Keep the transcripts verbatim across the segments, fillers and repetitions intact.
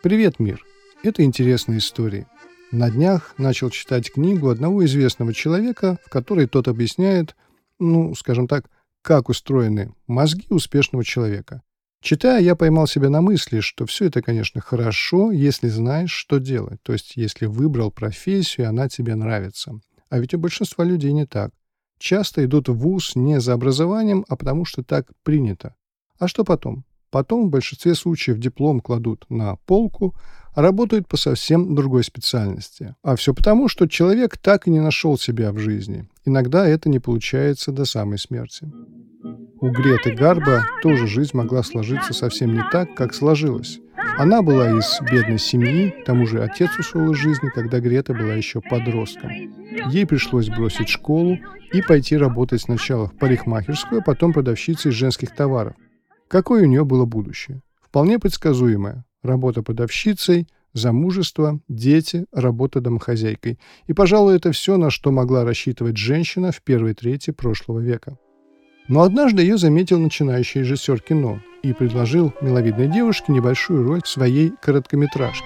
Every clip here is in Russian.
Привет, мир! Это интересные истории. На днях начал читать книгу одного известного человека, в которой тот объясняет, ну, скажем так, как устроены мозги успешного человека. Читая, я поймал себя на мысли, что все это, конечно, хорошо, если знаешь, что делать, то есть если выбрал профессию, и она тебе нравится. А ведь у большинства людей не так. Часто идут в вуз не за образованием, а потому что так принято. А что потом? Потом в большинстве случаев диплом кладут на полку, а работают по совсем другой специальности. А все потому, что человек так и не нашел себя в жизни. Иногда это не получается до самой смерти. У Греты Гарбо тоже жизнь могла сложиться совсем не так, как сложилась. Она была из бедной семьи, к тому же отец ушел из жизни, когда Грета была еще подростком. Ей пришлось бросить школу и пойти работать сначала в парикмахерскую, а потом продавщицей женских товаров. Какое у нее было будущее? Вполне предсказуемое. Работа продавщицей, замужество, дети, работа домохозяйкой. И, пожалуй, это все, на что могла рассчитывать женщина в первой трети прошлого века. Но однажды ее заметил начинающий режиссер кино и предложил миловидной девушке небольшую роль в своей короткометражке.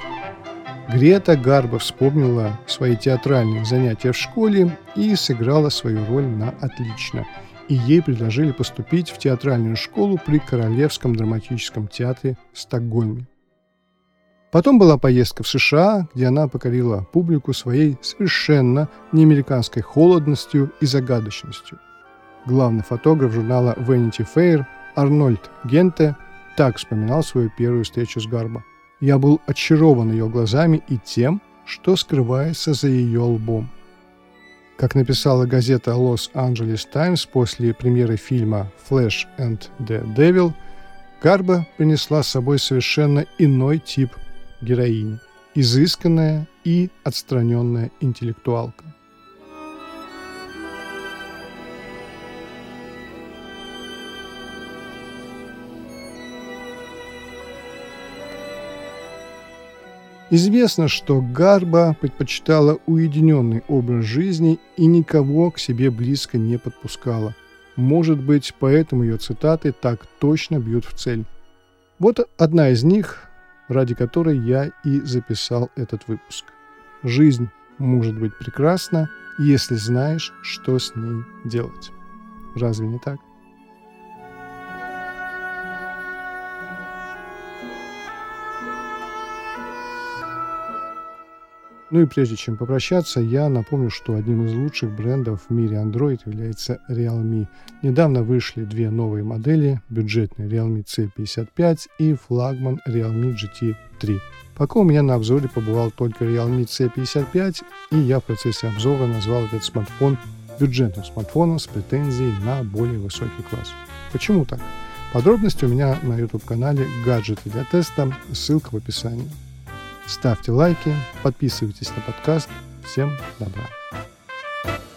Грета Гарбо вспомнила свои театральные занятия в школе и сыграла свою роль на отлично. И ей предложили поступить в театральную школу при Королевском драматическом театре в Стокгольме. Потом была поездка в США, где она покорила публику своей совершенно неамериканской холодностью и загадочностью. Главный фотограф журнала Vanity Fair Арнольд Генте так вспоминал свою первую встречу с Гарбо. «Я был очарован ее глазами и тем, что скрывается за ее лбом». Как написала газета Los Angeles Times после премьеры фильма «Flash and the Devil», Гарбо принесла с собой совершенно иной тип героини – изысканная и отстраненная интеллектуалка. Известно, что Гарбо предпочитала уединенный образ жизни и никого к себе близко не подпускала. Может быть, поэтому ее цитаты так точно бьют в цель. Вот одна из них, ради которой я и записал этот выпуск. Жизнь может быть прекрасна, если знаешь, что с ней делать. Разве не так? Ну и прежде чем попрощаться, я напомню, что одним из лучших брендов в мире Android является Realme. Недавно вышли две новые модели, бюджетный Realme си пятьдесят пять и флагман Realme джи ти три. Пока у меня на обзоре побывал только Realme си пятьдесят пять, и я в процессе обзора назвал этот смартфон бюджетным смартфоном с претензией на более высокий класс. Почему так? Подробности у меня на YouTube-канале «Гаджеты для теста», ссылка в описании. Ставьте лайки, подписывайтесь на подкаст. Всем добра!